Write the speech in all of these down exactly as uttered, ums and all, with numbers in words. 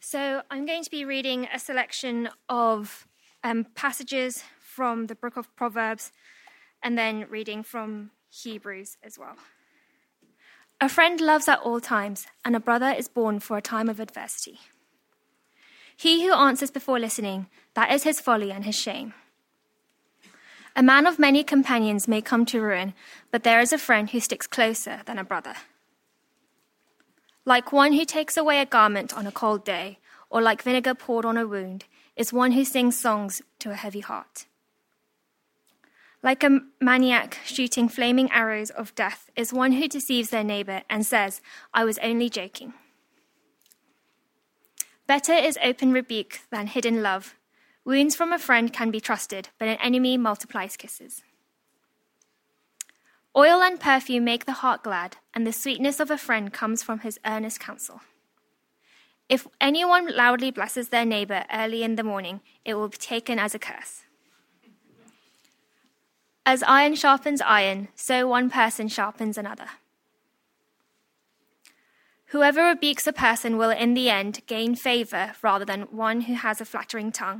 So I'm going to be reading a selection of um, passages from the book of Proverbs and then reading from Hebrews as well. A friend loves at all times, and a brother is born for a time of adversity. He who answers before listening, that is his folly and his shame. A man of many companions may come to ruin, but there is a friend who sticks closer than a brother. Like one who takes away a garment on a cold day, or like vinegar poured on a wound, is one who sings songs to a heavy heart. Like a maniac shooting flaming arrows of death is one who deceives their neighbor and says, "I was only joking." Better is open rebuke than hidden love. Wounds from a friend can be trusted, but an enemy multiplies kisses. Oil and perfume make the heart glad, and the sweetness of a friend comes from his earnest counsel. If anyone loudly blesses their neighbor early in the morning, it will be taken as a curse. As iron sharpens iron, so one person sharpens another. Whoever rebukes a person will in the end gain favor rather than one who has a flattering tongue.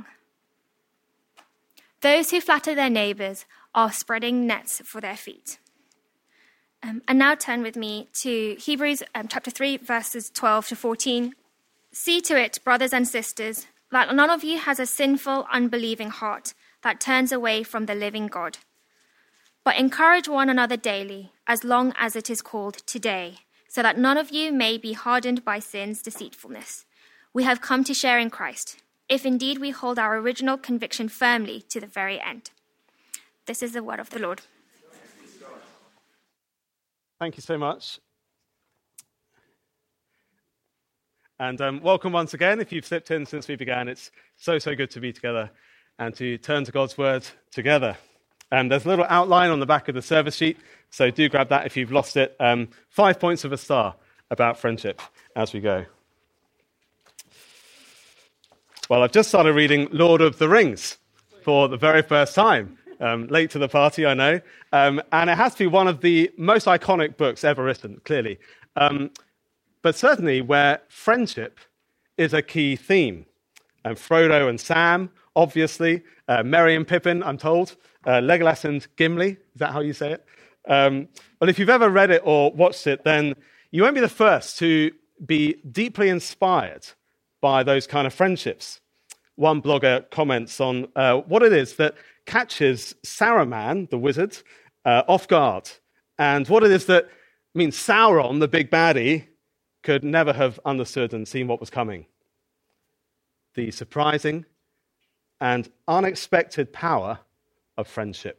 Those who flatter their neighbors are spreading nets for their feet. Um, and now turn with me to Hebrews um, chapter three, verses twelve to fourteen. See to it, brothers and sisters, that none of you has a sinful, unbelieving heart that turns away from the living God. But encourage one another daily, as long as it is called today, so that none of you may be hardened by sin's deceitfulness. We have come to share in Christ, if indeed we hold our original conviction firmly to the very end. This is the word of the Lord. Thank you so much. And um, welcome once again. If you've slipped in since we began, it's so, so good to be together and to turn to God's word together. And there's a little outline on the back of the service sheet, so do grab that if you've lost it. Um, five points of a star about friendship as we go. Well, I've just started reading Lord of the Rings for the very first time. Um, late to the party, I know. Um, and it has to be one of the most iconic books ever written, clearly. Um, but certainly where friendship is a key theme. And Frodo and Sam, obviously. Uh, Merry and Pippin, I'm told. Uh, Legolas and Gimli, is that how you say it? Um, but if you've ever read it or watched it, then you won't be the first to be deeply inspired by those kind of friendships. One blogger comments on uh, what it is that catches Saruman, the wizard, uh, off guard, and what it is that means Sauron, the big baddie, could never have understood and seen what was coming. The surprising and unexpected power of friendship.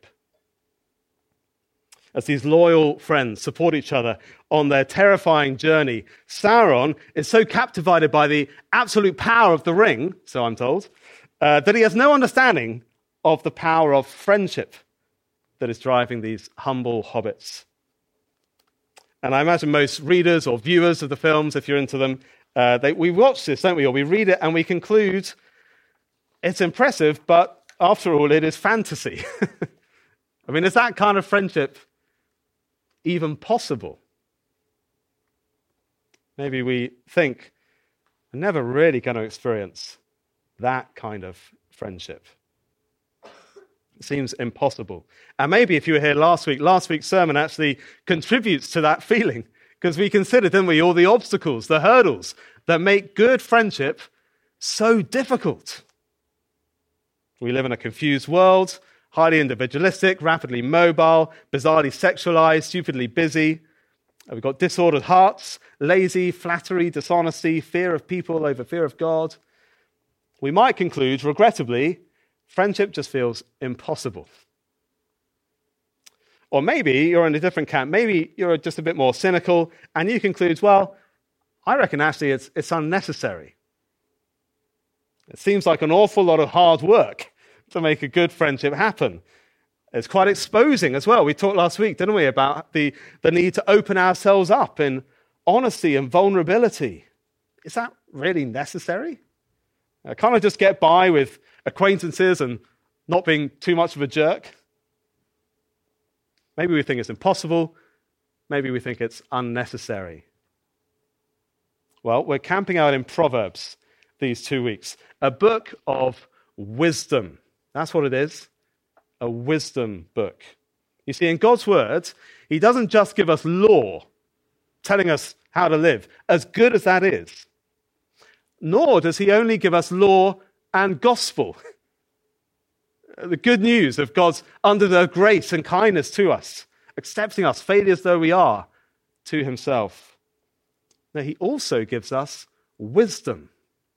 As these loyal friends support each other on their terrifying journey, Sauron is so captivated by the absolute power of the ring, so I'm told, uh, that he has no understanding of the power of friendship that is driving these humble hobbits. And I imagine most readers or viewers of the films, if you're into them, uh, they, we watch this, don't we? Or we read it and we conclude, it's impressive, but after all, it is fantasy. I mean, is that kind of friendship even possible? Maybe we think, I'm never really going to experience that kind of friendship. It seems impossible. And maybe if you were here last week, last week's sermon actually contributes to that feeling, because we considered, didn't we, all the obstacles, the hurdles that make good friendship so difficult. We live in a confused world, highly individualistic, rapidly mobile, bizarrely sexualized, stupidly busy. We've got disordered hearts, lazy, flattery, dishonesty, fear of people over fear of God. We might conclude, regrettably, friendship just feels impossible. Or maybe you're in a different camp. Maybe you're just a bit more cynical, and you conclude, well, I reckon actually it's, it's unnecessary. It seems like an awful lot of hard work to make a good friendship happen. It's quite exposing as well. We talked last week, didn't we, about the, the need to open ourselves up in honesty and vulnerability. Is that really necessary? I can't I just get by with acquaintances and not being too much of a jerk? Maybe we think it's impossible. Maybe we think it's unnecessary. Well, we're camping out in Proverbs, these two weeks. A book of wisdom. That's what it is. A wisdom book. You see, in God's word, he doesn't just give us law, telling us how to live, as good as that is. Nor does he only give us law and gospel. The good news of God's underdeserved grace and kindness to us, accepting us, failures though we are, to himself. No, he also gives us wisdom.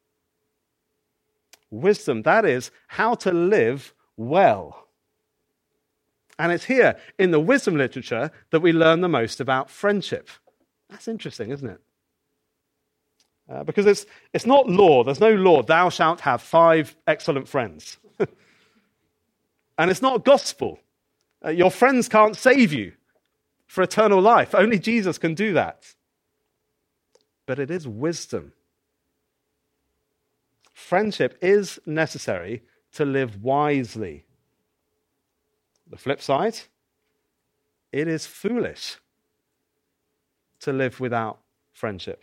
Wisdom, that is, how to live well. And it's here in the wisdom literature that we learn the most about friendship. That's interesting, isn't it? Uh, because it's, it's not law. There's no law. Thou shalt have five excellent friends. And it's not gospel. Uh, your friends can't save you for eternal life. Only Jesus can do that. But it is wisdom. Friendship is necessary to live wisely. The flip side, it is foolish to live without friendship.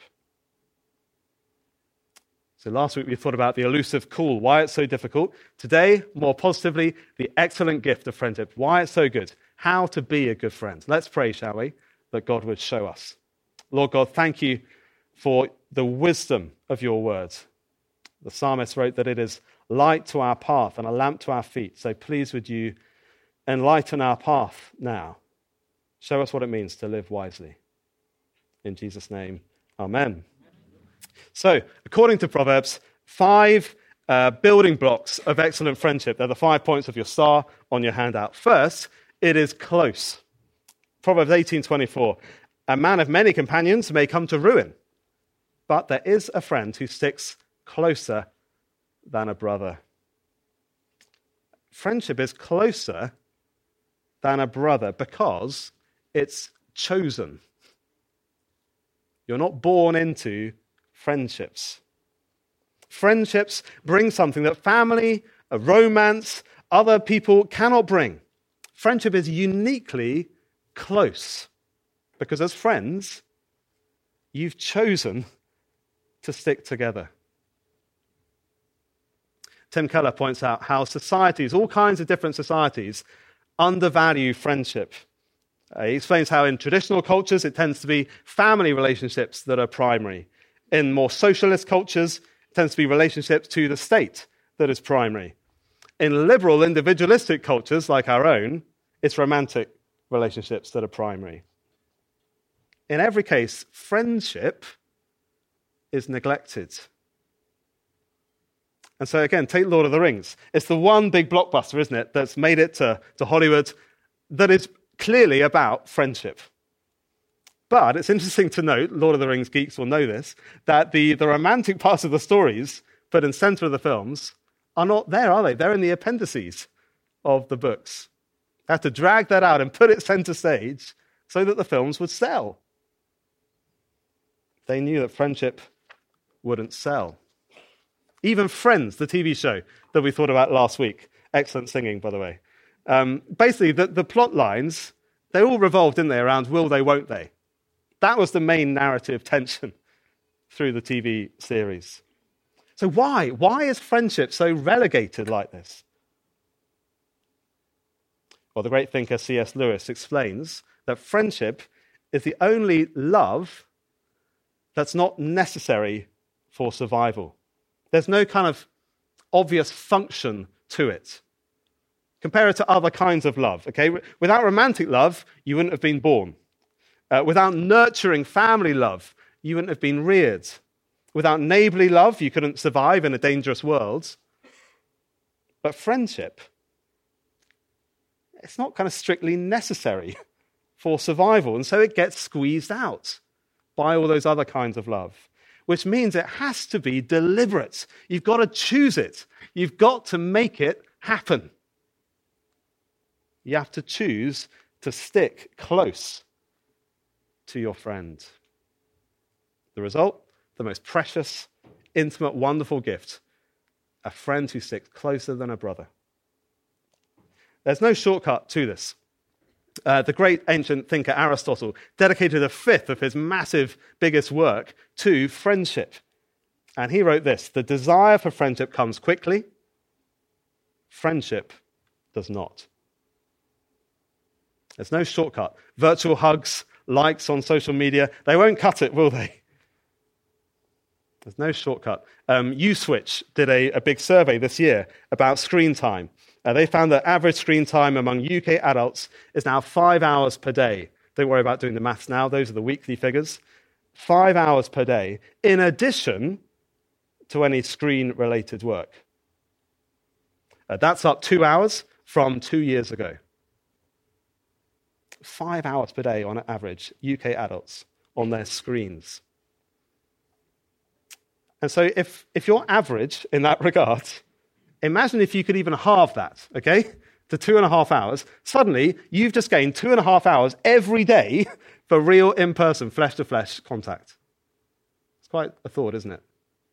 So last week we thought about the elusive call, why it's so difficult. Today, more positively, the excellent gift of friendship, why it's so good, how to be a good friend. Let's pray, shall we, that God would show us. Lord God, thank you for the wisdom of your word. The psalmist wrote that it is light to our path and a lamp to our feet. So please would you enlighten our path now. Show us what it means to live wisely. In Jesus' name, amen. So, according to Proverbs, five uh, building blocks of excellent friendship. They're the five points of your star on your handout. First, it is close. Proverbs eighteen twenty-four. A man of many companions may come to ruin, but there is a friend who sticks closer than a brother. Friendship is closer than a brother because it's chosen. You're not born into friendships. Friendships bring something that family, a romance, other people cannot bring. Friendship is uniquely close because as friends, you've chosen to stick together. Tim Keller points out how societies, all kinds of different societies, undervalue friendship. Uh, he explains how in traditional cultures it tends to be family relationships that are primary. In more socialist cultures, it tends to be relationships to the state that is primary. In liberal individualistic cultures like our own, it's romantic relationships that are primary. In every case, friendship is neglected. And so again, take Lord of the Rings. It's the one big blockbuster, isn't it, that's made it to, to Hollywood that is clearly about friendship. But it's interesting to note, Lord of the Rings geeks will know this, that the, the romantic parts of the stories, put in center of the films, are not there, are they? They're in the appendices of the books. They had to drag that out and put it center stage so that the films would sell. They knew that friendship wouldn't sell. Even Friends, the T V show that we thought about last week. Excellent singing, by the way. Um, basically, the, the plot lines, they all revolved, didn't they, around will they, won't they? That was the main narrative tension through the T V series. So why? Why is friendship so relegated like this? Well, the great thinker C S Lewis explains that friendship is the only love that's not necessary for survival. There's no kind of obvious function to it. Compare it to other kinds of love, okay? Without romantic love, you wouldn't have been born. Uh, without nurturing family love, you wouldn't have been reared. Without neighborly love, you couldn't survive in a dangerous world. But friendship, it's not kind of strictly necessary for survival, and so it gets squeezed out by all those other kinds of love, which means it has to be deliberate. You've got to choose it. You've got to make it happen. You have to choose to stick close to your friend. The result, the most precious, intimate, wonderful gift, a friend who sticks closer than a brother. There's no shortcut to this. Uh, the great ancient thinker Aristotle dedicated a fifth of his massive, biggest work to friendship. And he wrote this: the desire for friendship comes quickly, friendship does not. There's no shortcut. Virtual hugs, likes on social media, they won't cut it, will they? There's no shortcut. Um, Uswitch did a, a big survey this year about screen time. Uh, they found that average screen time among U K adults is now five hours per day. Don't worry about doing the maths now. Those are the weekly figures. Five hours per day, in addition to any screen-related work. Uh, that's up two hours from two years ago. Five hours per day on average, U K adults on their screens. And so if, if you're average in that regard, imagine if you could even halve that, okay, to two and a half hours. Suddenly, you've just gained two and a half hours every day for real in-person, flesh-to-flesh contact. It's quite a thought, isn't it?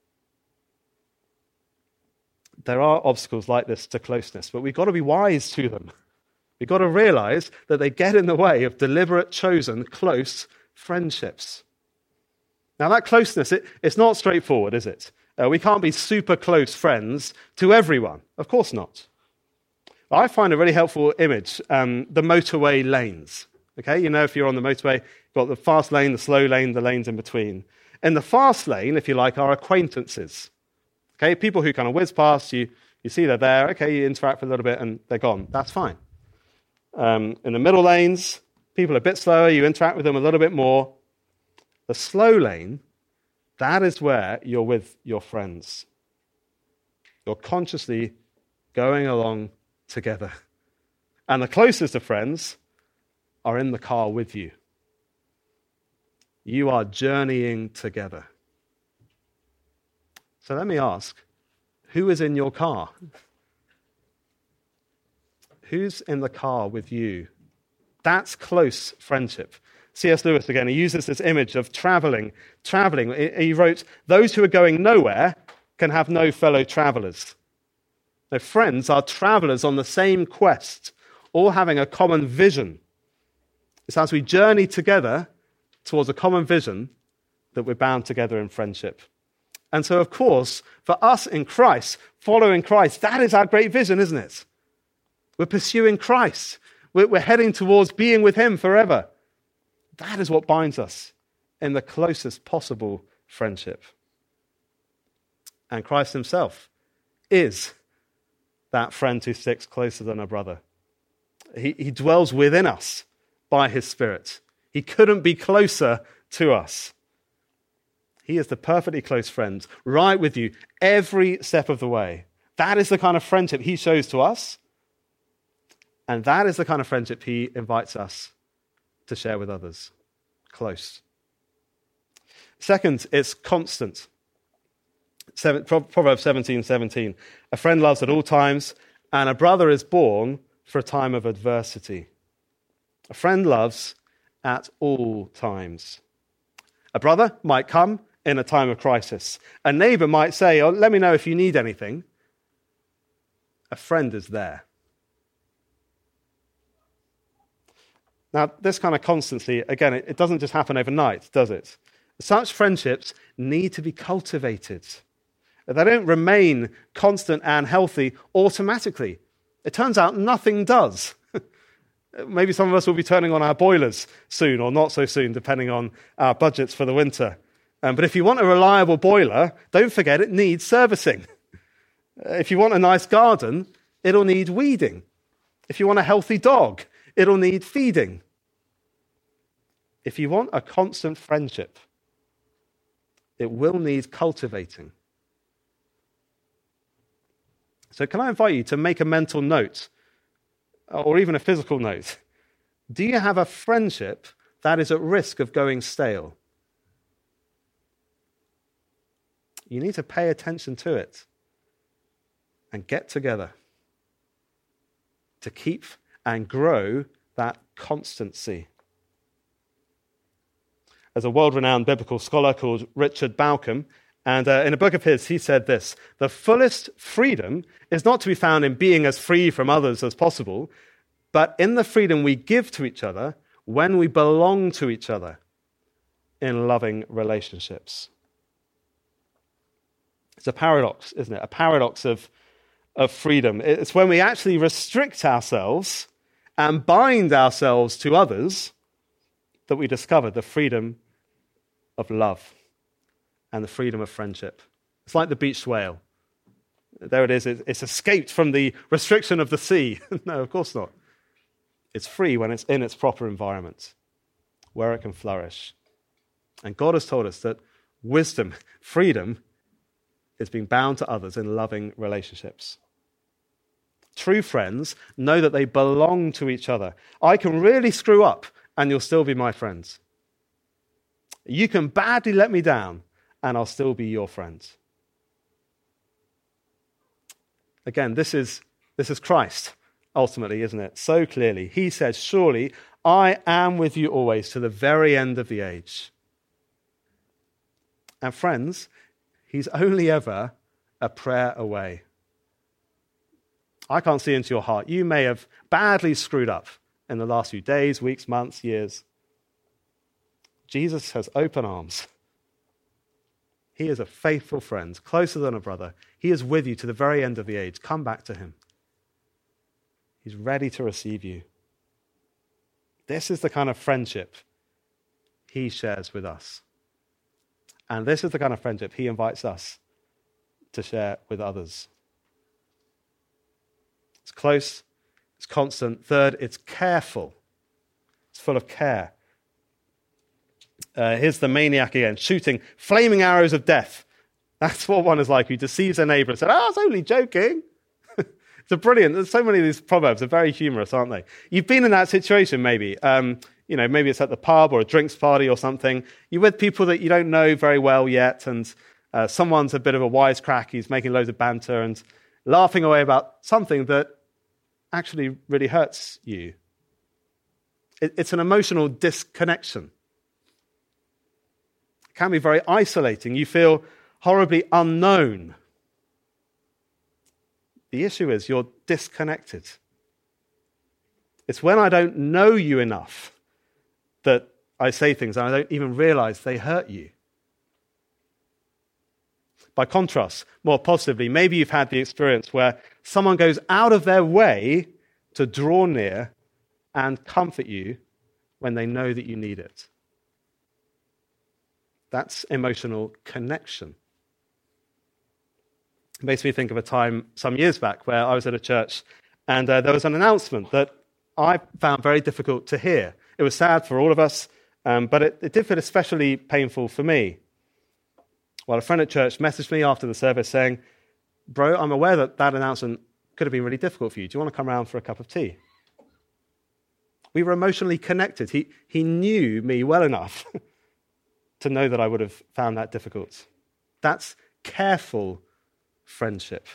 There are obstacles like this to closeness, but we've got to be wise to them. We've got to realize that they get in the way of deliberate, chosen, close friendships. Now, that closeness, it, it's not straightforward, is it? Uh, we can't be super close friends to everyone. Of course not. I find a really helpful image, um, the motorway lanes. Okay, you know, if you're on the motorway, you've got the fast lane, the slow lane, the lanes in between. In the fast lane, if you like, are acquaintances. Okay, people who kind of whiz past you, you see they're there, okay, you interact for a little bit and they're gone. That's fine. Um, in the middle lanes, people are a bit slower, you interact with them a little bit more. The slow lane, that is where you're with your friends. You're consciously going along together. And the closest of friends are in the car with you. You are journeying together. So let me ask, who is in your car? Who's in the car with you? That's close friendship. C S Lewis, again, he uses this image of traveling. Traveling. He wrote, those who are going nowhere can have no fellow travelers. Now, friends are travelers on the same quest, all having a common vision. It's as we journey together towards a common vision that we're bound together in friendship. And so, of course, for us in Christ, following Christ, that is our great vision, isn't it? We're pursuing Christ. We're, we're heading towards being with him forever. That is what binds us in the closest possible friendship. And Christ himself is that friend who sticks closer than a brother. He, he dwells within us by his Spirit. He couldn't be closer to us. He is the perfectly close friend, right with you every step of the way. That is the kind of friendship he shows to us. And that is the kind of friendship he invites us to share with others. Close. Second, it's constant. Seven, Proverbs seventeen seventeen. A friend loves at all times, and a brother is born for a time of adversity. A friend loves at all times. A brother might come in a time of crisis. A neighbor might say, oh, let me know if you need anything. A friend is there. Now, this kind of constancy, again, it, it doesn't just happen overnight, does it? Such friendships need to be cultivated. They don't remain constant and healthy automatically. It turns out nothing does. Maybe some of us will be turning on our boilers soon or not so soon, depending on our budgets for the winter. Um, but if you want a reliable boiler, don't forget it needs servicing. If you want a nice garden, it'll need weeding. If you want a healthy dog, it'll need feeding. If you want a constant friendship, it will need cultivating. So can I invite you to make a mental note, or even a physical note? Do you have a friendship that is at risk of going stale? You need to pay attention to it and get together to keep and grow that constancy. There's a world-renowned biblical scholar called Richard Bauckham, and uh, in a book of his, he said this: the fullest freedom is not to be found in being as free from others as possible, but in the freedom we give to each other when we belong to each other in loving relationships. It's a paradox, isn't it? A paradox of, of freedom. It's when we actually restrict ourselves and bind ourselves to others that we discover the freedom of love and the freedom of friendship. It's like the beached whale. There it is. It's escaped from the restriction of the sea. No, of course not. It's free when it's in its proper environment, where it can flourish. And God has told us that wisdom, freedom, is being bound to others in loving relationships. True friends know that they belong to each other. I can really screw up and you'll still be my friends. You can badly let me down and I'll still be your friend. Again, this is, this is Christ, ultimately, isn't it? So clearly. He said, surely I am with you always to the very end of the age. And friends, he's only ever a prayer away. I can't see into your heart. You may have badly screwed up in the last few days, weeks, months, years. Jesus has open arms. He is a faithful friend, closer than a brother. He is with you to the very end of the age. Come back to him. He's ready to receive you. This is the kind of friendship he shares with us. And this is the kind of friendship he invites us to share with others. It's close, it's constant. Third, it's careful. It's full of care. Uh, here's the maniac again, shooting flaming arrows of death. That's what one is like, who deceives their neighbour and said, oh, I was only joking. It's a brilliant, there's so many of these proverbs are very humorous, aren't they? You've been in that situation maybe. Um, you know, maybe it's at the pub or a drinks party or something. You're with people that you don't know very well yet, and uh, someone's a bit of a wisecrack. He's making loads of banter and laughing away about something that actually really hurts you. It, it's an emotional disconnection. It can be very isolating. You feel horribly unknown. The issue is you're disconnected. It's when I don't know you enough that I say things and I don't even realize they hurt you. By contrast, more positively, maybe you've had the experience where someone goes out of their way to draw near and comfort you when they know that you need it. That's emotional connection. It makes me think of a time some years back where I was at a church and uh, there was an announcement that I found very difficult to hear. It was sad for all of us, um, but it, it did feel especially painful for me. Well, a friend at church messaged me after the service saying, bro, I'm aware that that announcement could have been really difficult for you. Do you want to come around for a cup of tea? We were emotionally connected. He, he knew me well enough to know that I would have found that difficult. That's careful friendship.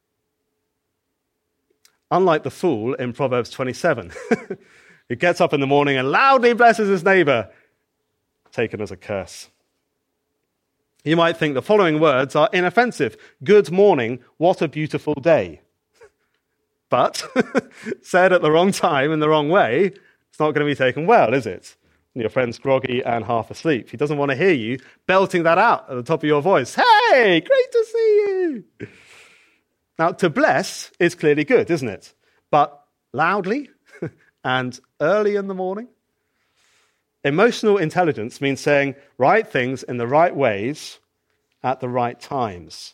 Unlike the fool in Proverbs twenty-seven, who gets up in the morning and loudly blesses his neighbor, taken as a curse. You might think the following words are inoffensive. Good morning, what a beautiful day. But, said at the wrong time in the wrong way, it's not going to be taken well, is it? Your friend's groggy and half asleep. He doesn't want to hear you belting that out at the top of your voice. Hey, great to see you. Now, to bless is clearly good, isn't it? But loudly and early in the morning? Emotional intelligence means saying right things in the right ways at the right times.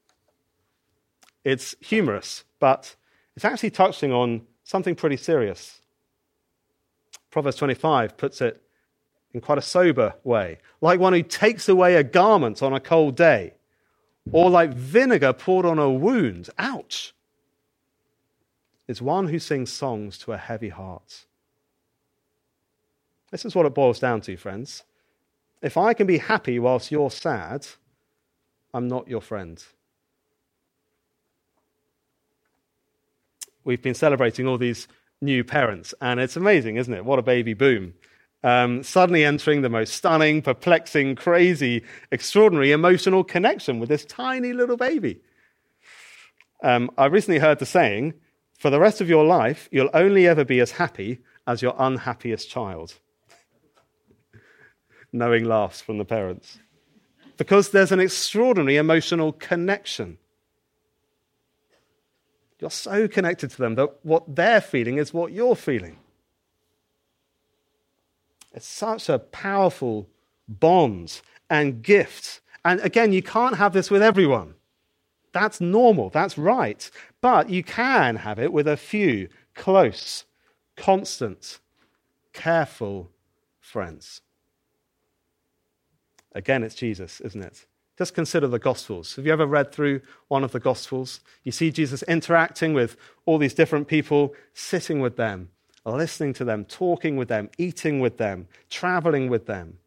It's humorous, but it's actually touching on something pretty serious. Proverbs twenty-five puts it in quite a sober way. Like one who takes away a garment on a cold day, or like vinegar poured on a wound. Ouch! It's one who sings songs to a heavy heart. This is what it boils down to, friends. If I can be happy whilst you're sad, I'm not your friend. We've been celebrating all these new parents, and it's amazing, isn't it? What a baby boom. Um, suddenly entering the most stunning, perplexing, crazy, extraordinary emotional connection with this tiny little baby. Um, I recently heard the saying, for the rest of your life, you'll only ever be as happy as your unhappiest child. Knowing laughs from the parents. because there's an extraordinary emotional connection. You're so connected to them that what they're feeling is what you're feeling. It's such a powerful bond and gift. And again, you can't have this with everyone. That's normal, that's right. But you can have it with a few close, constant, careful friends. Again, it's Jesus, isn't it? Just consider the Gospels. Have you ever read through one of the Gospels? You see Jesus interacting with all these different people, sitting with them, listening to them, talking with them, eating with them, traveling with them.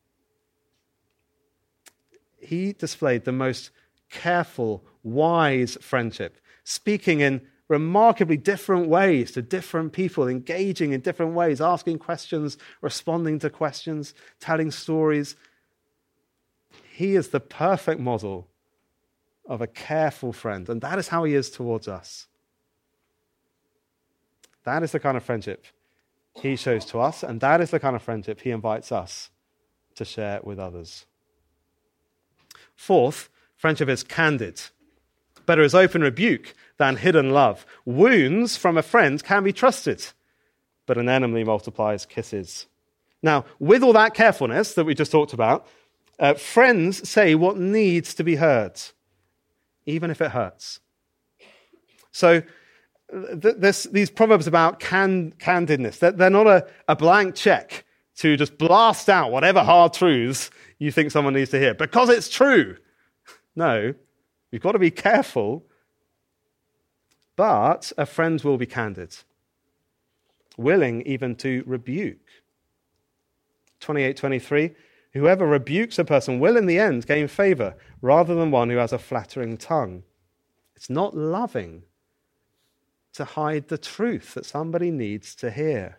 He displayed the most careful, wise friendship, speaking in remarkably different ways to different people, engaging in different ways, asking questions, responding to questions, telling stories. He is the perfect model of a careful friend, and that is how he is towards us. That is the kind of friendship he shows to us, and that is the kind of friendship he invites us to share with others. Fourth, friendship is candid. Better is open rebuke than hidden love. Wounds from a friend can be trusted, but an enemy multiplies kisses. Now, with all that carefulness that we just talked about, uh, friends say what needs to be heard, even if it hurts. So th- this, these proverbs about can, candidness, they're, they're not a, a blank check to just blast out whatever hard truths you think someone needs to hear, because it's true. No, you've got to be careful, but a friend will be candid, willing even to rebuke. twenty-eight twenty-three, whoever rebukes a person will in the end gain favor, rather than one who has a flattering tongue. It's not loving to hide the truth that somebody needs to hear.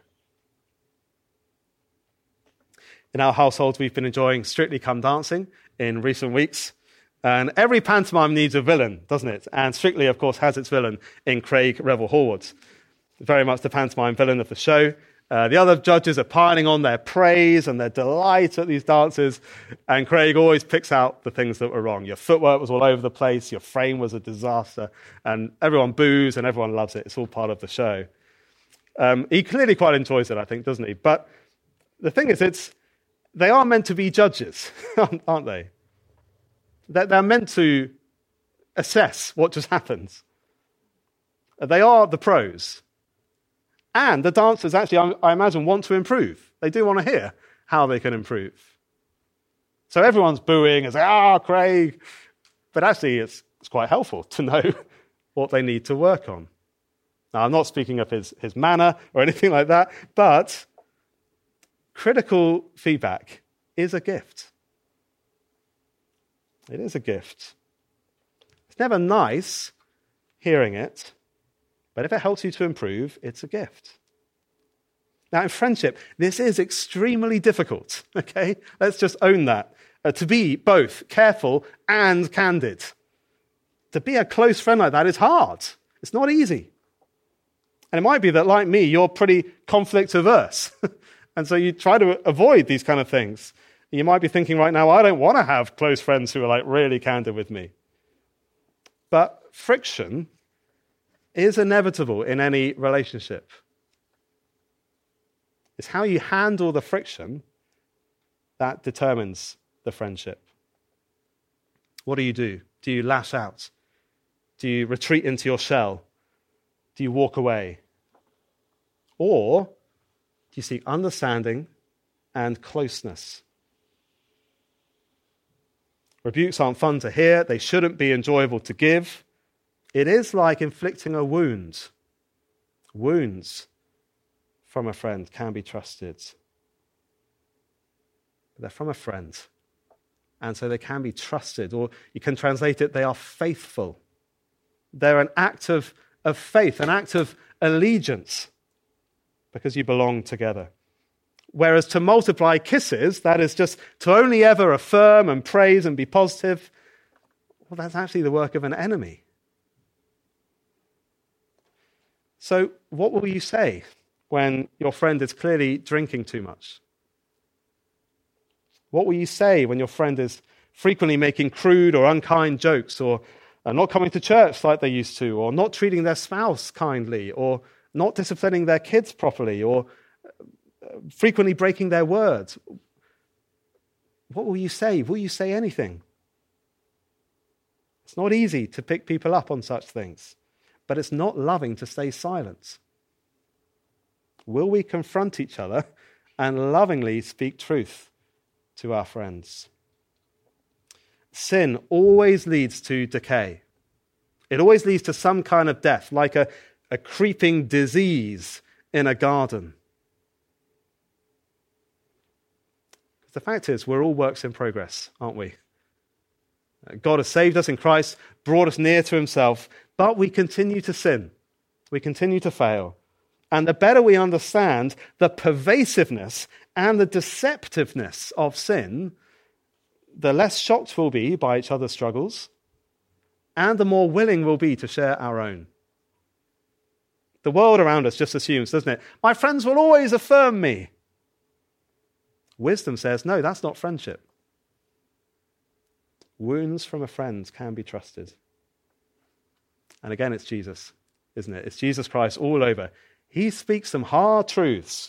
In our household, we've been enjoying Strictly Come Dancing in recent weeks. And every pantomime needs a villain, doesn't it? And Strictly, of course, has its villain in Craig Revel-Horwood. Very much the pantomime villain of the show. Uh, the other judges are piling on their praise and their delight at these dances. And Craig always picks out the things that were wrong. Your footwork was all over the place. Your frame was a disaster. And everyone boos and everyone loves it. It's all part of the show. Um, he clearly quite enjoys it, I think, doesn't he? But the thing is, it's they are meant to be judges, aren't they? They're meant to assess what just happened. They are the pros. And the dancers actually, I imagine, want to improve. They do want to hear how they can improve. So everyone's booing and saying, ah, Craig. But actually, it's, it's quite helpful to know what they need to work on. Now, I'm not speaking of his, his manner or anything like that, but critical feedback is a gift. It is a gift. It's never nice hearing it, but if it helps you to improve, it's a gift. Now, in friendship, this is extremely difficult, okay? Let's just own that. Uh, to be both careful and candid. To be a close friend like that is hard. It's not easy. And it might be that, like me, you're pretty conflict averse. And so you try to avoid these kind of things. You might be thinking right now, I don't want to have close friends who are like really candid with me. But friction is inevitable in any relationship. It's how you handle the friction that determines the friendship. What do you do? Do you lash out? Do you retreat into your shell? Do you walk away? Or do you seek understanding and closeness? Rebukes aren't fun to hear. They shouldn't be enjoyable to give. It is like inflicting a wound. Wounds from a friend can be trusted. But they're from a friend. And so they can be trusted. Or you can translate it, they are faithful. They're an act of, of faith, an act of allegiance, because you belong together. Whereas to multiply kisses, that is just to only ever affirm and praise and be positive, well, that's actually the work of an enemy. So what will you say when your friend is clearly drinking too much? What will you say when your friend is frequently making crude or unkind jokes, or uh, not coming to church like they used to, or not treating their spouse kindly, or not disciplining their kids properly, or frequently breaking their words. What will you say? Will you say anything? It's not easy to pick people up on such things, but it's not loving to stay silent. Will we confront each other and lovingly speak truth to our friends? Sin always leads to decay. It always leads to some kind of death, like a, a creeping disease in a garden. The fact is, we're all works in progress, aren't we? God has saved us in Christ, brought us near to himself, but we continue to sin. We continue to fail. And the better we understand the pervasiveness and the deceptiveness of sin, the less shocked we'll be by each other's struggles, and the more willing we'll be to share our own. The world around us just assumes, doesn't it? My friends will always affirm me. Wisdom says, no, that's not friendship. Wounds from a friend can be trusted. And again, it's Jesus, isn't it? It's Jesus Christ all over. He speaks some hard truths.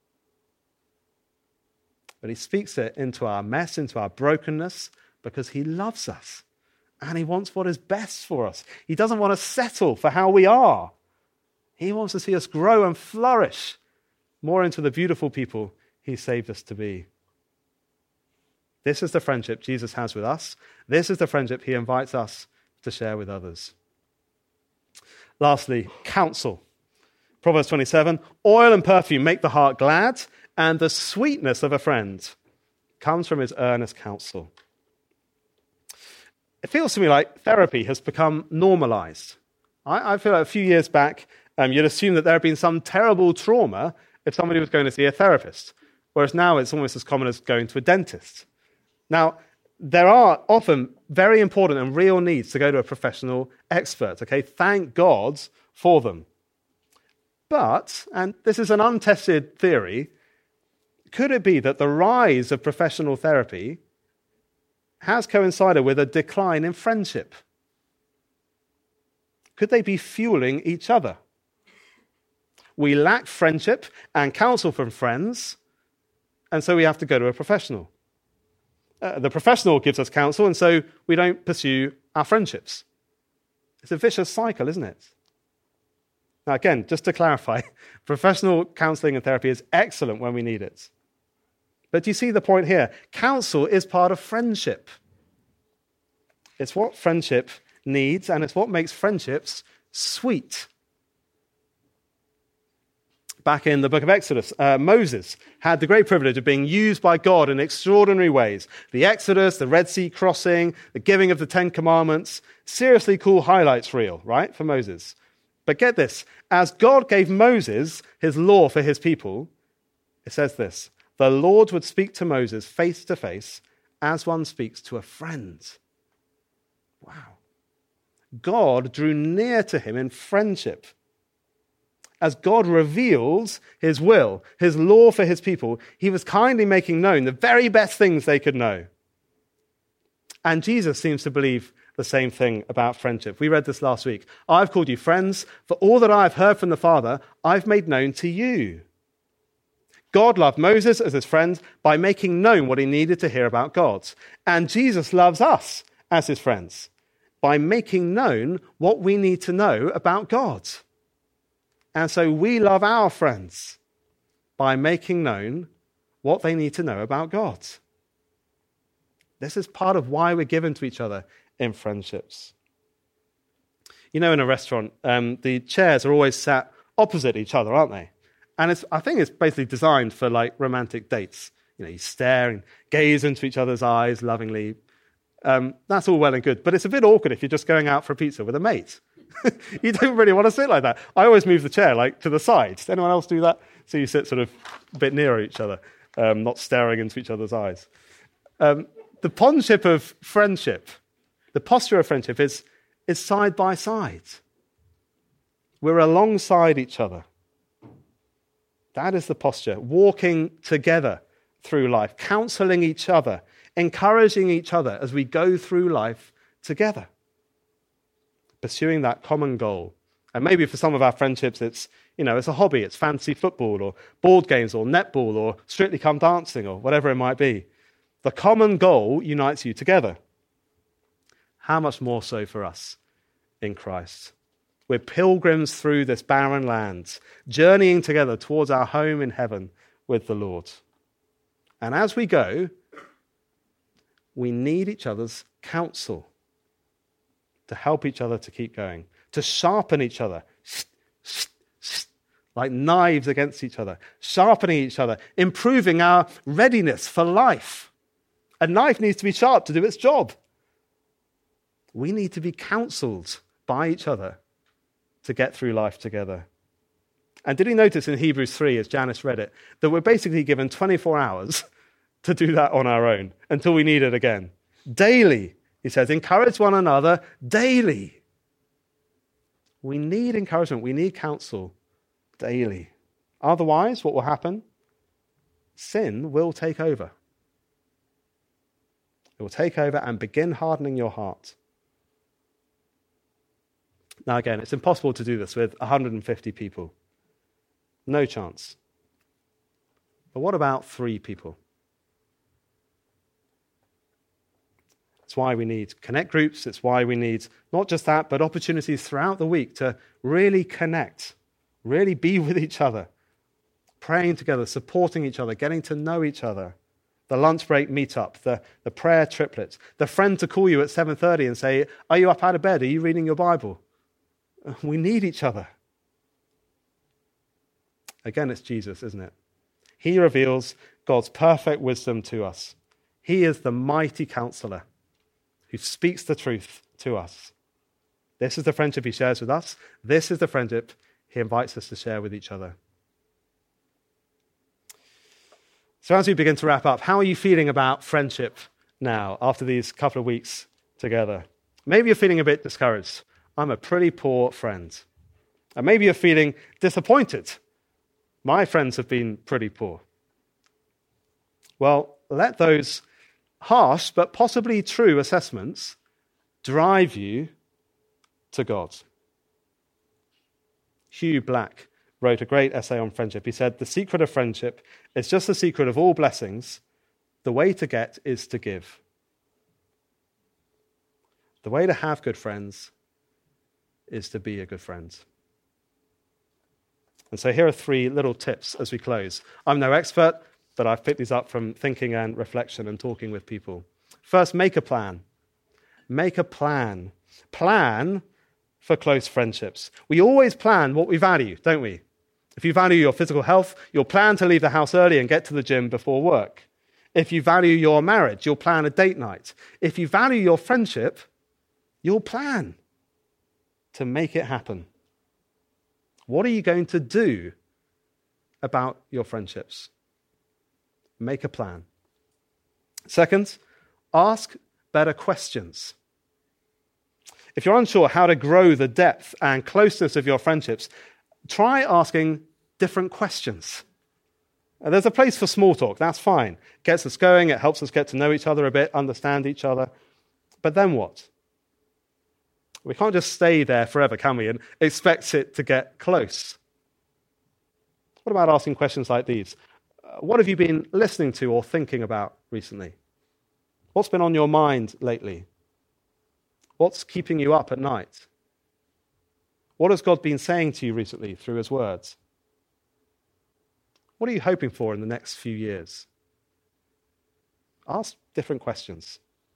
But he speaks it into our mess, into our brokenness, because he loves us. And he wants what is best for us. He doesn't want to settle for how we are. He wants to see us grow and flourish more into the beautiful people he saved us to be. This is the friendship Jesus has with us. This is the friendship he invites us to share with others. Lastly, counsel. Proverbs twenty-seven, oil and perfume make the heart glad, and the sweetness of a friend comes from his earnest counsel. It feels to me like therapy has become normalized. I, I feel like a few years back, um, you'd assume that there had been some terrible trauma if somebody was going to see a therapist, whereas now it's almost as common as going to a dentist. Now, there are often very important and real needs to go to a professional expert, okay? Thank God for them. But, and this is an untested theory, could it be that the rise of professional therapy has coincided with a decline in friendship? Could they be fueling each other? We lack friendship and counsel from friends, and so we have to go to a professional. Uh, the professional gives us counsel, and so we don't pursue our friendships. It's a vicious cycle, isn't it? Now, again, just to clarify, professional counseling and therapy is excellent when we need it. But do you see the point here? Counsel is part of friendship. It's what friendship needs, and it's what makes friendships sweet. Back in the book of Exodus, uh, Moses had the great privilege of being used by God in extraordinary ways. The Exodus, the Red Sea crossing, the giving of the Ten Commandments, seriously cool highlights reel, right, for Moses. But get this, as God gave Moses his law for his people, it says this, the Lord would speak to Moses face to face as one speaks to a friend. Wow. God drew near to him in friendship. As God reveals his will, his law for his people, he was kindly making known the very best things they could know. And Jesus seems to believe the same thing about friendship. We read this last week. I've called you friends, for all that I've heard from the Father, I've made known to you. God loved Moses as his friend by making known what he needed to hear about God. And Jesus loves us as his friends by making known what we need to know about God. And so we love our friends by making known what they need to know about God. This is part of why we're given to each other in friendships. You know, in a restaurant, um, the chairs are always sat opposite each other, aren't they? And it's, I think it's basically designed for like romantic dates. You know, you stare and gaze into each other's eyes lovingly. Um, that's all well and good, but it's a bit awkward if you're just going out for a pizza with a mate. You don't really want to sit like that. I always move the chair like to the side. Does anyone else do that? So you sit sort of a bit nearer each other, um, not staring into each other's eyes. Um, the pondship of friendship, the posture of friendship is, is side by side. We're alongside each other. That is the posture, walking together through life, counseling each other encouraging each other as we go through life together, pursuing that common goal. And maybe for some of our friendships, it's, you know, it's a hobby, it's fantasy football or board games or netball or Strictly Come Dancing or whatever it might be. The common goal unites you together. How much more so for us in Christ? We're pilgrims through this barren land, journeying together towards our home in heaven with the Lord. And as we go, we need each other's counsel to help each other to keep going, to sharpen each other, like knives against each other, sharpening each other, improving our readiness for life. A knife needs to be sharp to do its job. We need to be counseled by each other to get through life together. And did you notice in Hebrews three, as Janice read it, that we're basically given twenty-four hours to do that on our own until we need it again? Daily, he says, encourage one another daily. We need encouragement. We need counsel daily. Otherwise, what will happen? Sin will take over. It will take over and begin hardening your heart. Now, again, it's impossible to do this with one hundred fifty people. No chance. But what about three people? It's why we need connect groups. It's why we need not just that, but opportunities throughout the week to really connect, really be with each other, praying together, supporting each other, getting to know each other. The lunch break meetup, the, the prayer triplets, the friend to call you at seven thirty and say, are you up out of bed? Are you reading your Bible? We need each other. Again, it's Jesus, isn't it? He reveals God's perfect wisdom to us. He is the mighty counselor who speaks the truth to us. This is the friendship he shares with us. This is the friendship he invites us to share with each other. So as we begin to wrap up, how are you feeling about friendship now after these couple of weeks together? Maybe you're feeling a bit discouraged. I'm a pretty poor friend. And maybe you're feeling disappointed. My friends have been pretty poor. Well, let those harsh but possibly true assessments drive you to God. Hugh Black wrote a great essay on friendship. He said, the secret of friendship is just the secret of all blessings. The way to get is to give. The way to have good friends is to be a good friend. And so here are three little tips as we close. I'm no expert, but I've picked these up from thinking and reflection and talking with people. First, make a plan. Make a plan. Plan for close friendships. We always plan what we value, don't we? If you value your physical health, you'll plan to leave the house early and get to the gym before work. If you value your marriage, you'll plan a date night. If you value your friendship, you'll plan to make it happen. What are you going to do about your friendships? Make a plan. Second, ask better questions. If you're unsure how to grow the depth and closeness of your friendships, try asking different questions. There's a place for small talk, that's fine. It gets us going, it helps us get to know each other a bit, understand each other. But then what? We can't just stay there forever, can we, and expect it to get close. What about asking questions like these? Uh, what have you been listening to or thinking about recently? What's been on your mind lately? What's keeping you up at night? What has God been saying to you recently through his words? What are you hoping for in the next few years? Ask different questions.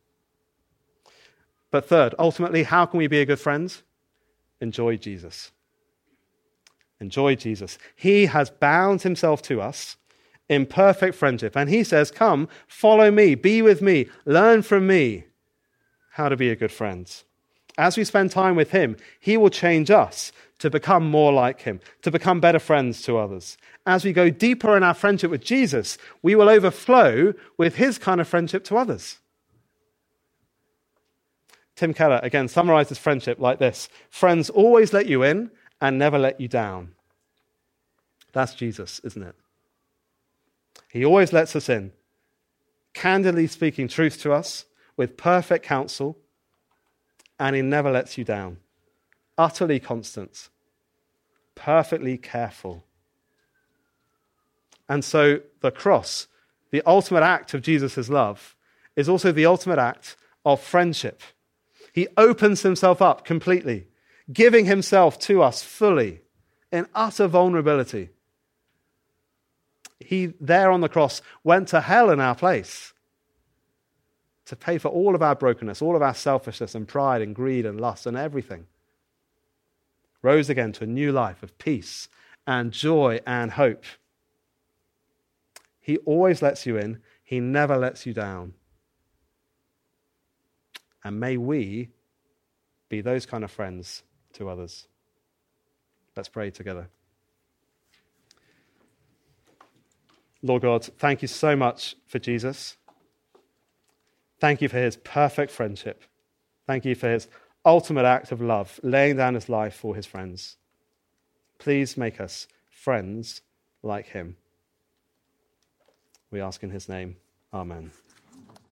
But third, ultimately, how can we be a good friend? Enjoy Jesus. Enjoy Jesus. He has bound himself to us in perfect friendship. And he says, come, follow me, be with me, learn from me how to be a good friend. As we spend time with him, he will change us to become more like him, to become better friends to others. As we go deeper in our friendship with Jesus, we will overflow with his kind of friendship to others. Tim Keller, again, summarizes friendship like this. Friends always let you in and never let you down. That's Jesus, isn't it? He always lets us in candidly speaking truth to us with perfect counsel, and he never lets you down. Utterly constant, perfectly careful. And so the cross, the ultimate act of Jesus' love, is also the ultimate act of friendship. He opens himself up completely, giving himself to us fully in utter vulnerability. He, there on the cross, went to hell in our place to pay for all of our brokenness, all of our selfishness and pride and greed and lust and everything. Rose again to a new life of peace and joy and hope. He always lets you in. He never lets you down. And may we be those kind of friends to others. Let's pray together. Lord God, thank you so much for Jesus. Thank you for his perfect friendship. Thank you for his ultimate act of love, laying down his life for his friends. Please make us friends like him. We ask in his name. Amen.